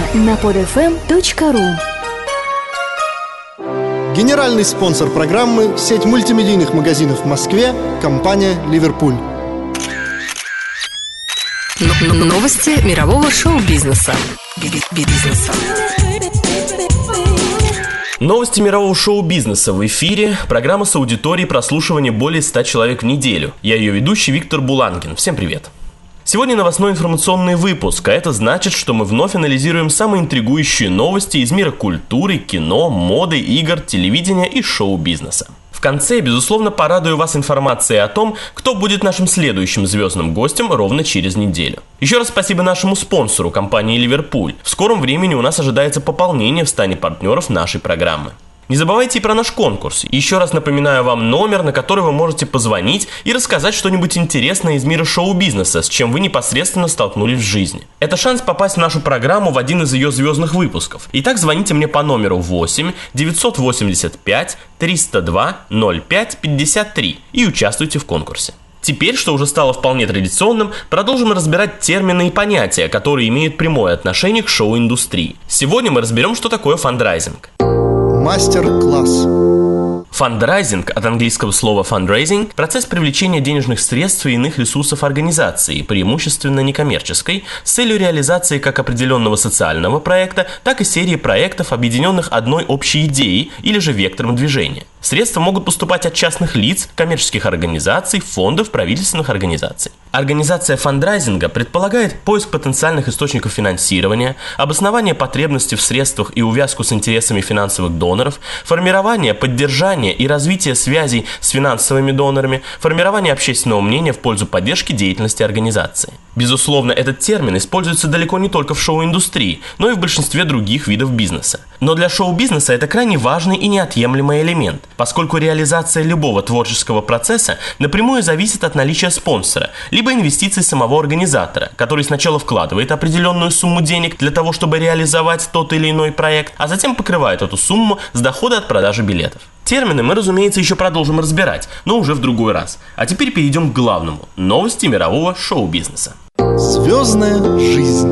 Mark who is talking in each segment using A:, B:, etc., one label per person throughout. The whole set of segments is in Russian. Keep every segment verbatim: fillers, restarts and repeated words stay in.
A: на под эф эм точка ру.
B: Генеральный спонсор программы – сеть мультимедийных магазинов в Москве, компания «Ливерпуль».
C: Новости мирового шоу-бизнеса. Бизнеса.
D: Новости мирового шоу-бизнеса в эфире. Программа с аудиторией прослушивания более ста человек в неделю. Я ее ведущий Виктор Булангин. Всем привет. Сегодня новостной информационный выпуск, а это значит, что мы вновь анализируем самые интригующие новости из мира культуры, кино, моды, игр, телевидения и шоу-бизнеса. В конце, безусловно, порадую вас информацией о том, кто будет нашим следующим звездным гостем ровно через неделю. Еще раз спасибо нашему спонсору, компании «Ливерпуль». В скором времени у нас ожидается пополнение в стане партнеров нашей программы. Не забывайте и про наш конкурс. Еще раз напоминаю вам номер, на который вы можете позвонить и рассказать что-нибудь интересное из мира шоу-бизнеса, с чем вы непосредственно столкнулись в жизни. Это шанс попасть в нашу программу в один из ее звездных выпусков. Итак, звоните мне по номеру восемь девятьсот восемьдесят пять триста два ноль пять пятьдесят три и участвуйте в конкурсе. Теперь, что уже стало вполне традиционным, продолжим разбирать термины и понятия, которые имеют прямое отношение к шоу-индустрии. Сегодня мы разберем, что такое фандрайзинг.
B: Мастер-класс.
D: Фандрайзинг, от английского слова fundraising, процесс привлечения денежных средств и иных ресурсов организации, преимущественно некоммерческой, с целью реализации как определенного социального проекта, так и серии проектов, объединенных одной общей идеей или же вектором движения. Средства могут поступать от частных лиц, коммерческих организаций, фондов, правительственных организаций. Организация фандрайзинга предполагает поиск потенциальных источников финансирования, обоснование потребностей в средствах и увязку с интересами финансовых доноров, формирование, поддержание и развитие связей с финансовыми донорами, формирование общественного мнения в пользу поддержки деятельности организации. Безусловно, этот термин используется далеко не только в шоу-индустрии, но и в большинстве других видов бизнеса. Но для шоу-бизнеса это крайне важный и неотъемлемый элемент, поскольку реализация любого творческого процесса напрямую зависит от наличия спонсора, либо инвестиций самого организатора, который сначала вкладывает определенную сумму денег для того, чтобы реализовать тот или иной проект, а затем покрывает эту сумму с дохода от продажи билетов. Термины мы, разумеется, еще продолжим разбирать, но уже в другой раз. А теперь перейдем к главному – новости мирового шоу-бизнеса.
B: Звездная жизнь.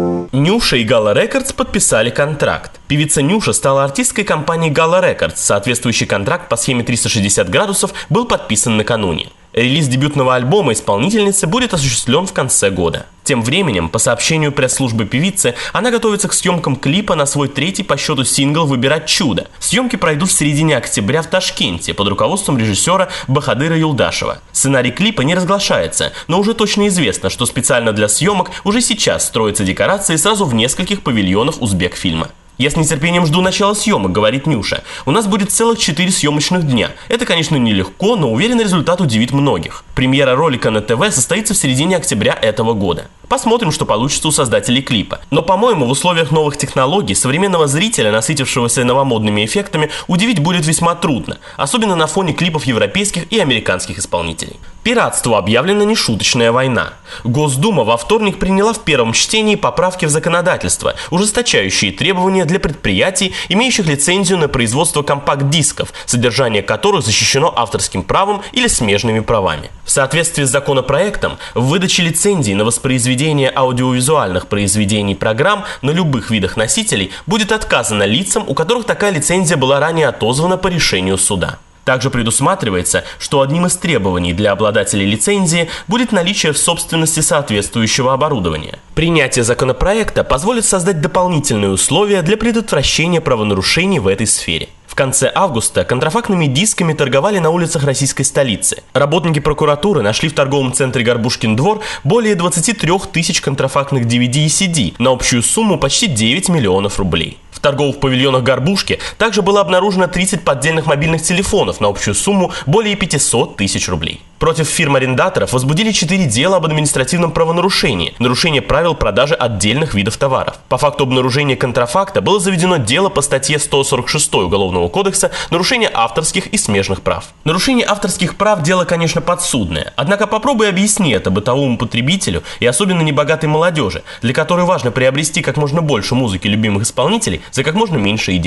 D: Нюша и Gala Records подписали контракт. Певица Нюша стала артисткой компании Gala Records. Соответствующий контракт по схеме триста шестьдесят градусов был подписан накануне. Релиз дебютного альбома исполнительницы будет осуществлен в конце года. Тем временем, по сообщению пресс-службы певицы, она готовится к съемкам клипа на свой третий по счету сингл «Выбирать чудо». Съемки пройдут в середине октября в Ташкенте под руководством режиссера Бахадыра Юлдашева. Сценарий клипа не разглашается, но уже точно известно, что специально для съемок уже сейчас строятся декорации сразу в нескольких павильонах Узбекфильма. «Я с нетерпением жду начала съемок», — говорит Нюша. «У нас будет целых четыре съемочных дня. Это, конечно, нелегко, но уверен, результат удивит многих. Премьера ролика на ТВ состоится в середине октября этого года. Посмотрим, что получится у создателей клипа. Но, по-моему, в условиях новых технологий современного зрителя, насытившегося новомодными эффектами, удивить будет весьма трудно, особенно на фоне клипов европейских и американских исполнителей». Пиратству объявлена нешуточная война. Госдума во вторник приняла в первом чтении поправки в законодательство, ужесточающие требования для предприятий, имеющих лицензию на производство компакт-дисков, содержание которых защищено авторским правом или смежными правами. В соответствии с законопроектом, в выдаче лицензий на воспроизведение аудиовизуальных произведений программ на любых видах носителей будет отказано лицам, у которых такая лицензия была ранее отозвана по решению суда. Также предусматривается, что одним из требований для обладателей лицензии будет наличие в собственности соответствующего оборудования. Принятие законопроекта позволит создать дополнительные условия для предотвращения правонарушений в этой сфере. В конце августа контрафактными дисками торговали на улицах российской столицы. Работники прокуратуры нашли в торговом центре Горбушкин двор более двадцати трёх тысяч контрафактных ди ви ди и си ди на общую сумму почти девять миллионов рублей. В торговых павильонах Горбушки также было обнаружено тридцать поддельных мобильных телефонов на общую сумму более пятисот тысяч рублей. Против фирм-арендаторов возбудили четыре дела об административном правонарушении, нарушение правил продажи отдельных видов товаров. По факту обнаружения контрафакта было заведено дело по статье сто сорок шесть Уголовного кодекса «Нарушение авторских и смежных прав». Нарушение авторских прав – дело, конечно, подсудное. Однако попробуй объясни это бытовому потребителю и особенно небогатой молодежи, для которой важно приобрести как можно больше музыки любимых исполнителей за как можно меньшие деньги.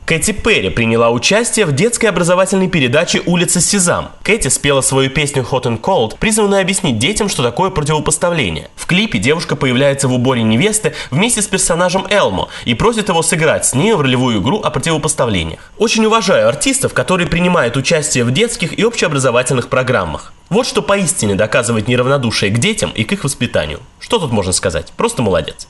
D: Кэти Перри приняла участие в детской образовательной передаче «Улица Сезам». Кэти спела свою песню «Hot and Cold», призванную объяснить детям, что такое противопоставление. В клипе девушка появляется в уборе невесты вместе с персонажем Элмо и просит его сыграть с ней в ролевую игру о противопоставлениях. Очень уважаю артистов, которые принимают участие в детских и общеобразовательных программах. Вот что поистине доказывает неравнодушие к детям и к их воспитанию. Что тут можно сказать? Просто молодец.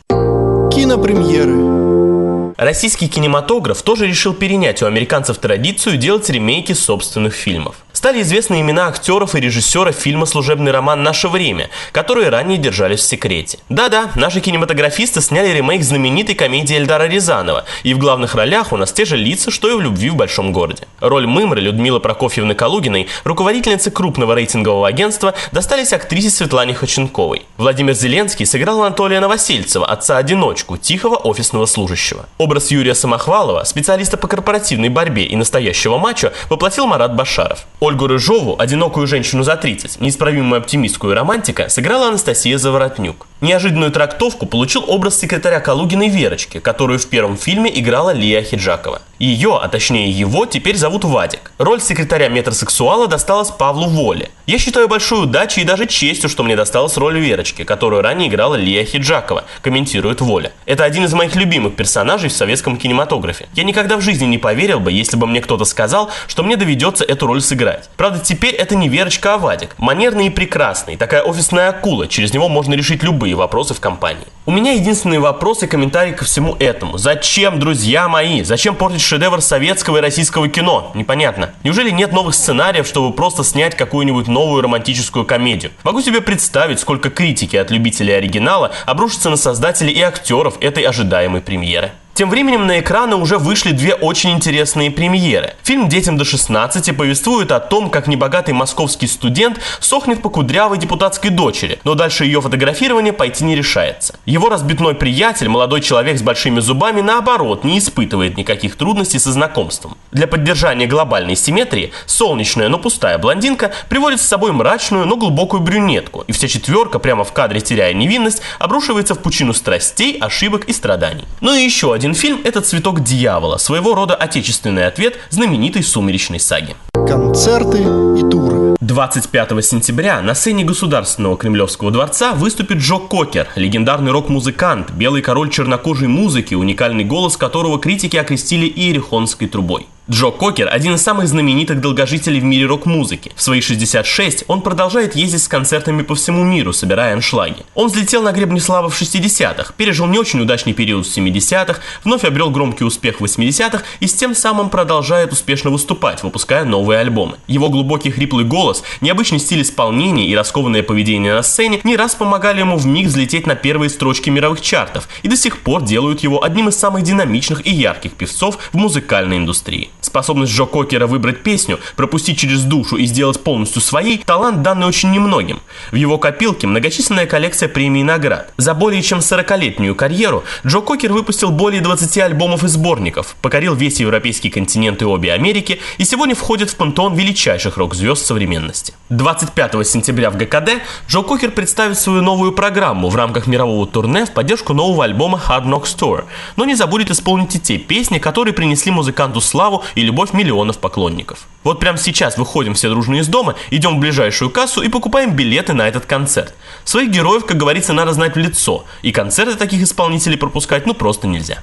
B: Кинопремьеры.
D: Российский кинематограф тоже решил перенять у американцев традицию делать ремейки собственных фильмов. Стали известны имена актеров и режиссеров фильма «Служебный роман. Наше время», которые ранее держались в секрете. Да-да, наши кинематографисты сняли ремейк знаменитой комедии Эльдара Рязанова, и в главных ролях у нас те же лица, что и в «Любви в большом городе». Роль Мымры Людмилы Прокофьевны Калугиной, руководительницы крупного рейтингового агентства, достались актрисе Светлане Ходченковой. Владимир Зеленский сыграл Анатолия Новосельцева, отца-одиночку, тихого офисного служащего. Образ Юрия Самохвалова, специалиста по корпоративной борьбе и настоящего мачо, воплотил Марат Башаров. Ольгу Рыжову, одинокую женщину за тридцать, неисправимую оптимистку и романтика, сыграла Анастасия Заворотнюк. Неожиданную трактовку получил образ секретаря Калугиной Верочки, которую в первом фильме играла Лия Ахеджакова. Ее, а точнее его, теперь зовут Вадик. Роль секретаря-метросексуала досталась Павлу Воле. Я считаю большой удачей и даже честью, что мне досталась роль Верочки, которую ранее играла Лия Ахеджакова, комментирует Воля. Это один из моих любимых персонажей в советском кинематографе. Я никогда в жизни не поверил бы, если бы мне кто-то сказал, что мне доведется эту роль сыграть. Правда, теперь это не Верочка, а Вадик. Манерный и прекрасный, такая офисная акула, через него можно решить любые вопросы в компании. У меня единственный вопрос и комментарий ко всему этому. Зачем, друзья мои? Зачем портить шедевр советского и российского кино? Непонятно. Неужели нет новых сценариев, чтобы просто снять какую-нибудь новую романтическую комедию? Могу себе представить, сколько критики от любителей оригинала обрушится на создателей и актеров этой ожидаемой премьеры. Тем временем на экраны уже вышли две очень интересные премьеры. Фильм «Детям до шестнадцати» повествует о том, как небогатый московский студент сохнет по кудрявой депутатской дочери, но дальше ее фотографирование пойти не решается. Его разбитной приятель, молодой человек с большими зубами, наоборот, не испытывает никаких трудностей со знакомством. Для поддержания глобальной симметрии солнечная, но пустая блондинка приводит с собой мрачную, но глубокую брюнетку, и вся четверка, прямо в кадре теряя невинность, обрушивается в пучину страстей, ошибок и страданий. Ну и еще один Один фильм – это «Цветок дьявола», своего рода отечественный ответ знаменитой «Сумеречной саги».
B: Концерты и туры.
D: двадцать пятого сентября на сцене Государственного Кремлевского дворца выступит Джо Кокер, легендарный рок-музыкант, белый король чернокожей музыки, уникальный голос которого критики окрестили иерихонской трубой. Джо Кокер – один из самых знаменитых долгожителей в мире рок-музыки. В свои шестьдесят шесть он продолжает ездить с концертами по всему миру, собирая аншлаги. Он взлетел на гребне славы в шестидесятых, пережил не очень удачный период в семидесятых, вновь обрел громкий успех в восьмидесятых и с тем самым продолжает успешно выступать, выпуская новые альбомы. Его глубокий хриплый голос, необычный стиль исполнения и раскованное поведение на сцене не раз помогали ему вмиг взлететь на первые строчки мировых чартов и до сих пор делают его одним из самых динамичных и ярких певцов в музыкальной индустрии. Способность Джо Кокера выбрать песню, пропустить через душу и сделать полностью своей – талант, данный очень немногим. В его копилке многочисленная коллекция премий и наград. За более чем сорокалетнюю карьеру Джо Кокер выпустил более двадцати альбомов и сборников, покорил весь европейский континент и обе Америки и сегодня входит в пантеон величайших рок-звезд современности. двадцать пятого сентября в ГКД Джо Кокер представит свою новую программу в рамках мирового турне в поддержку нового альбома Hard Knocks Tour, но не забудет исполнить и те песни, которые принесли музыканту славу и любовь миллионов поклонников. Вот прямо сейчас выходим все дружно из дома, идем в ближайшую кассу и покупаем билеты на этот концерт. Своих героев, как говорится, надо знать в лицо, и концерты таких исполнителей пропускать ну просто нельзя.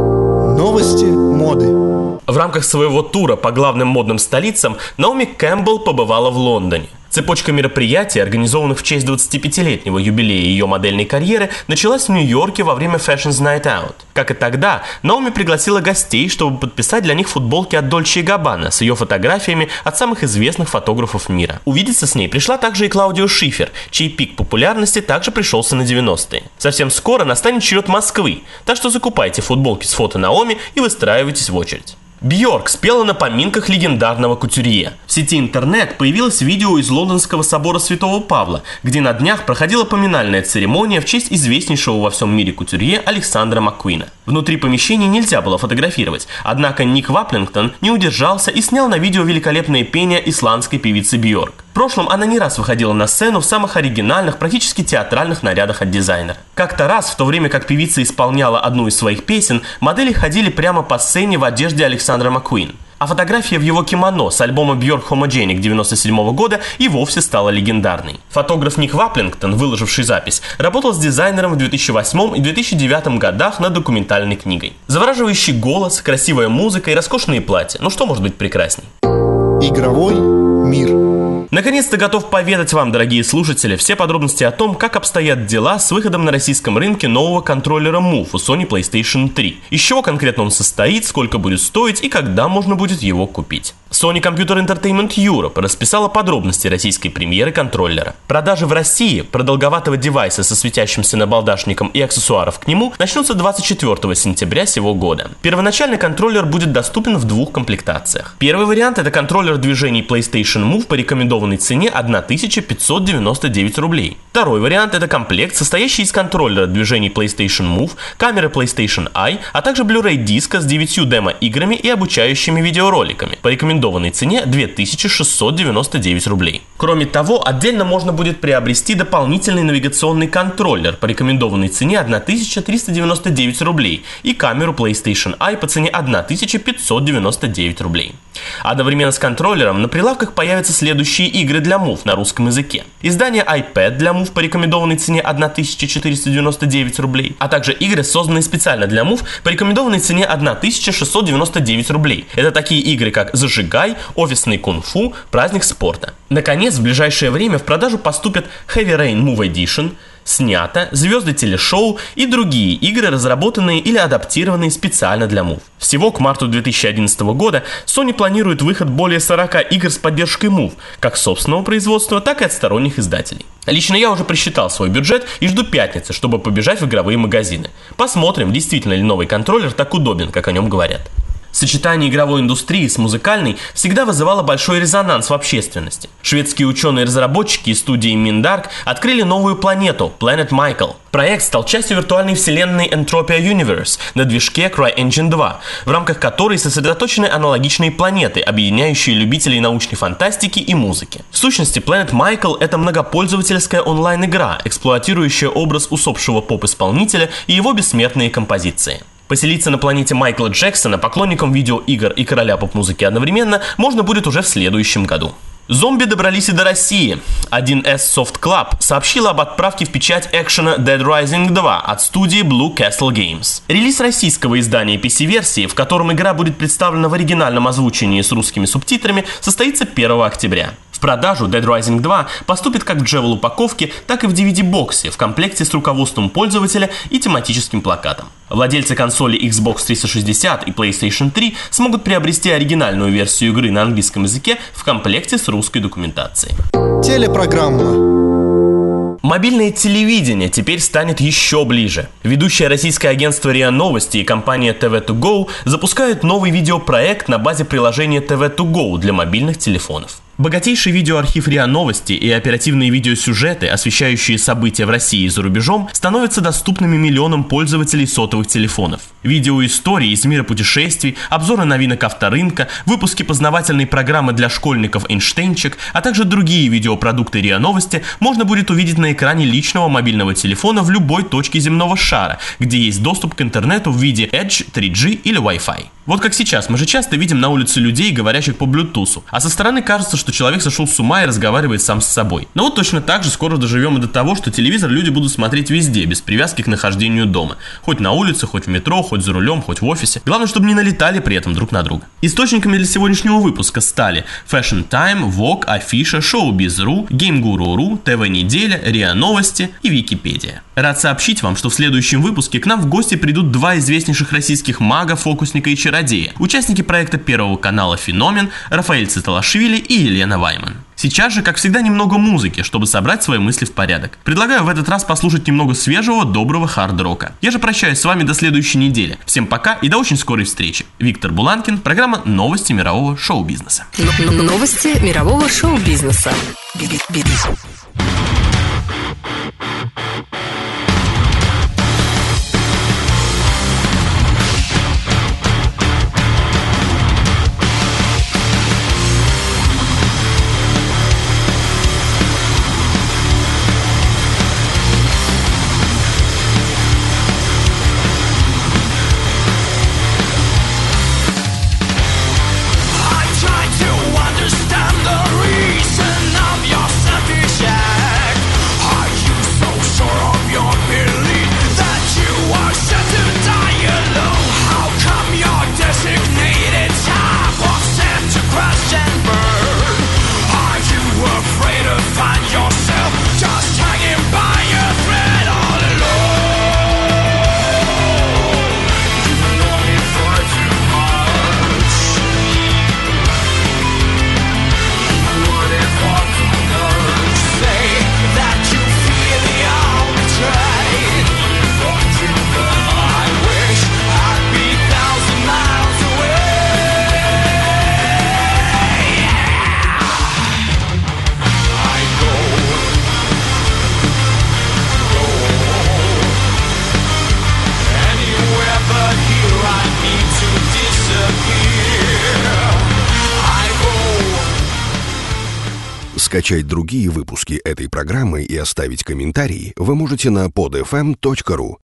B: Новости моды.
D: В рамках своего тура по главным модным столицам Наоми Кэмпбелл побывала в Лондоне. Цепочка мероприятий, организованных в честь двадцатипятилетнего юбилея ее модельной карьеры, началась в Нью-Йорке во время Fashion's Night Out. Как и тогда, Наоми пригласила гостей, чтобы подписать для них футболки от Dolce и Gabbana с ее фотографиями от самых известных фотографов мира. Увидеться с ней пришла также и Клаудио Шифер, чей пик популярности также пришелся на девяностые. Совсем скоро настанет черед Москвы, так что закупайте футболки с фото Наоми и выстраивайтесь в очередь. Бьорк спела на поминках легендарного кутюрье. В сети интернет появилось видео из Лондонского собора Святого Павла, где на днях проходила поминальная церемония в честь известнейшего во всем мире кутюрье Александра Маккуина. Внутри помещения нельзя было фотографировать, однако Ник Ваплингтон не удержался и снял на видео великолепное пение исландской певицы Бьорк. В прошлом она не раз выходила на сцену в самых оригинальных, практически театральных нарядах от дизайнера. Как-то раз, в то время как певица исполняла одну из своих песен, модели ходили прямо по сцене в одежде Александра Маккуин. А фотография в его кимоно с альбома Björk Homogenic девяносто седьмого года и вовсе стала легендарной. Фотограф Ник Ваплингтон, выложивший запись, работал с дизайнером в две тысячи восьмом и две тысячи девятом годах над документальной книгой. Завораживающий голос, красивая музыка и роскошные платья. Ну что может быть прекрасней?
B: Игровой мир.
D: Наконец-то готов поведать вам, дорогие слушатели, все подробности о том, как обстоят дела с выходом на российском рынке нового контроллера Move у Sony PlayStation три. Из чего конкретно он состоит, сколько будет стоить и когда можно будет его купить. Sony Computer Entertainment Europe расписала подробности российской премьеры контроллера. Продажи в России продолговатого девайса со светящимся набалдашником и аксессуаров к нему начнутся двадцать четвёртого сентября сего года. Первоначальный контроллер будет доступен в двух комплектациях. Первый вариант — это контроллер движений PlayStation Move по рекомендованной цене тысяча пятьсот девяносто девять рублей. Второй вариант — это комплект, состоящий из контроллера движений PlayStation Move, камеры PlayStation Eye, а также Blu-ray диска с девятью демо-играми и обучающими видеороликами по рекомендованной цене две тысячи шестьсот девяносто девять рублей. Кроме того, отдельно можно будет приобрести дополнительный навигационный контроллер по рекомендованной цене тысяча триста девяносто девять рублей и камеру PlayStation Eye по цене тысяча пятьсот девяносто девять рублей. Одновременно с контроллером на прилавках появятся следующие игры для Move на русском языке. Издание iPad для Move по рекомендованной цене тысяча четыреста девяносто девять рублей, а также игры, созданные специально для Move по рекомендованной цене тысяча шестьсот девяносто девять рублей. Это такие игры, как «Зажигай», «Офисный кунг-фу», «Праздник спорта». Наконец, в ближайшее время в продажу поступят Heavy Rain Move Edition, «Снято», «Звезды телешоу» и другие игры, разработанные или адаптированные специально для Move. Всего к марту две тысячи одиннадцатого года Sony планирует выход более сорока игр с поддержкой Move, как собственного производства, так и от сторонних издателей. Лично я уже просчитал свой бюджет и жду пятницы, чтобы побежать в игровые магазины. Посмотрим, действительно ли новый контроллер так удобен, как о нем говорят. Сочетание игровой индустрии с музыкальной всегда вызывало большой резонанс в общественности. Шведские ученые-разработчики из студии Mindark открыли новую планету – Planet Michael. Проект стал частью виртуальной вселенной Entropia Universe на движке CryEngine два, в рамках которой сосредоточены аналогичные планеты, объединяющие любителей научной фантастики и музыки. В сущности, Planet Michael – это многопользовательская онлайн-игра, эксплуатирующая образ усопшего поп-исполнителя и его бессмертные композиции. Поселиться на планете Майкла Джексона поклонникам видеоигр и короля поп-музыки одновременно можно будет уже в следующем году. Зомби добрались и до России. один эс Soft Club сообщила об отправке в печать экшена Dead Rising два от студии Blue Castle Games. Релиз российского издания пи си-версии, в котором игра будет представлена в оригинальном озвучении с русскими субтитрами, состоится первого октября. В продажу Dead Rising два поступит как в джевел-упаковке, так и в ди ви ди-боксе в комплекте с руководством пользователя и тематическим плакатом. Владельцы консоли Xbox триста шестьдесят и PlayStation три смогут приобрести оригинальную версию игры на английском языке в комплекте с русской документацией.
B: Телепрограмма.
D: Мобильное телевидение теперь станет еще ближе. Ведущее российское агентство РИА Новости и компания ти ви ту гоу запускают новый видеопроект на базе приложения ти ви ту гоу для мобильных телефонов. Богатейший видеоархив РИА Новости и оперативные видеосюжеты, освещающие события в России и за рубежом, становятся доступными миллионам пользователей сотовых телефонов. Видеоистории из мира путешествий, обзоры новинок авторынка, выпуски познавательной программы для школьников «Эйнштейнчик», а также другие видеопродукты РИА Новости можно будет увидеть на экране личного мобильного телефона в любой точке земного шара, где есть доступ к интернету в виде Edge, три джи или Wi-Fi. Вот как сейчас, мы же часто видим на улице людей, говорящих по блютусу, а со стороны кажется, что человек сошел с ума и разговаривает сам с собой. Но вот точно так же скоро доживем и до того, что телевизор люди будут смотреть везде, без привязки к нахождению дома. Хоть на улице, хоть в метро, хоть за рулем, хоть в офисе. Главное, чтобы не налетали при этом друг на друга. Источниками для сегодняшнего выпуска стали Fashion Time, Vogue, Афиша, Showbiz.ru, GameGuru.ru, ти ви Неделя, РИА Новости и Википедия. Рад сообщить вам, что в следующем выпуске к нам в гости придут два известнейших российских мага, фокусника и чародея, участники проекта Первого канала «Феномен», Рафаэль Циталашвили и Елена Вайман. Сейчас же, как всегда, немного музыки, чтобы собрать свои мысли в порядок. Предлагаю в этот раз послушать немного свежего, доброго хард-рока. Я же прощаюсь с вами до следующей недели. Всем пока и до очень скорой встречи. Виктор Буланкин, программа «Новости мирового шоу-бизнеса».
C: Новости мирового шоу-бизнеса.
E: Скачать другие выпуски этой программы и оставить комментарии вы можете на под эф эм точка ру.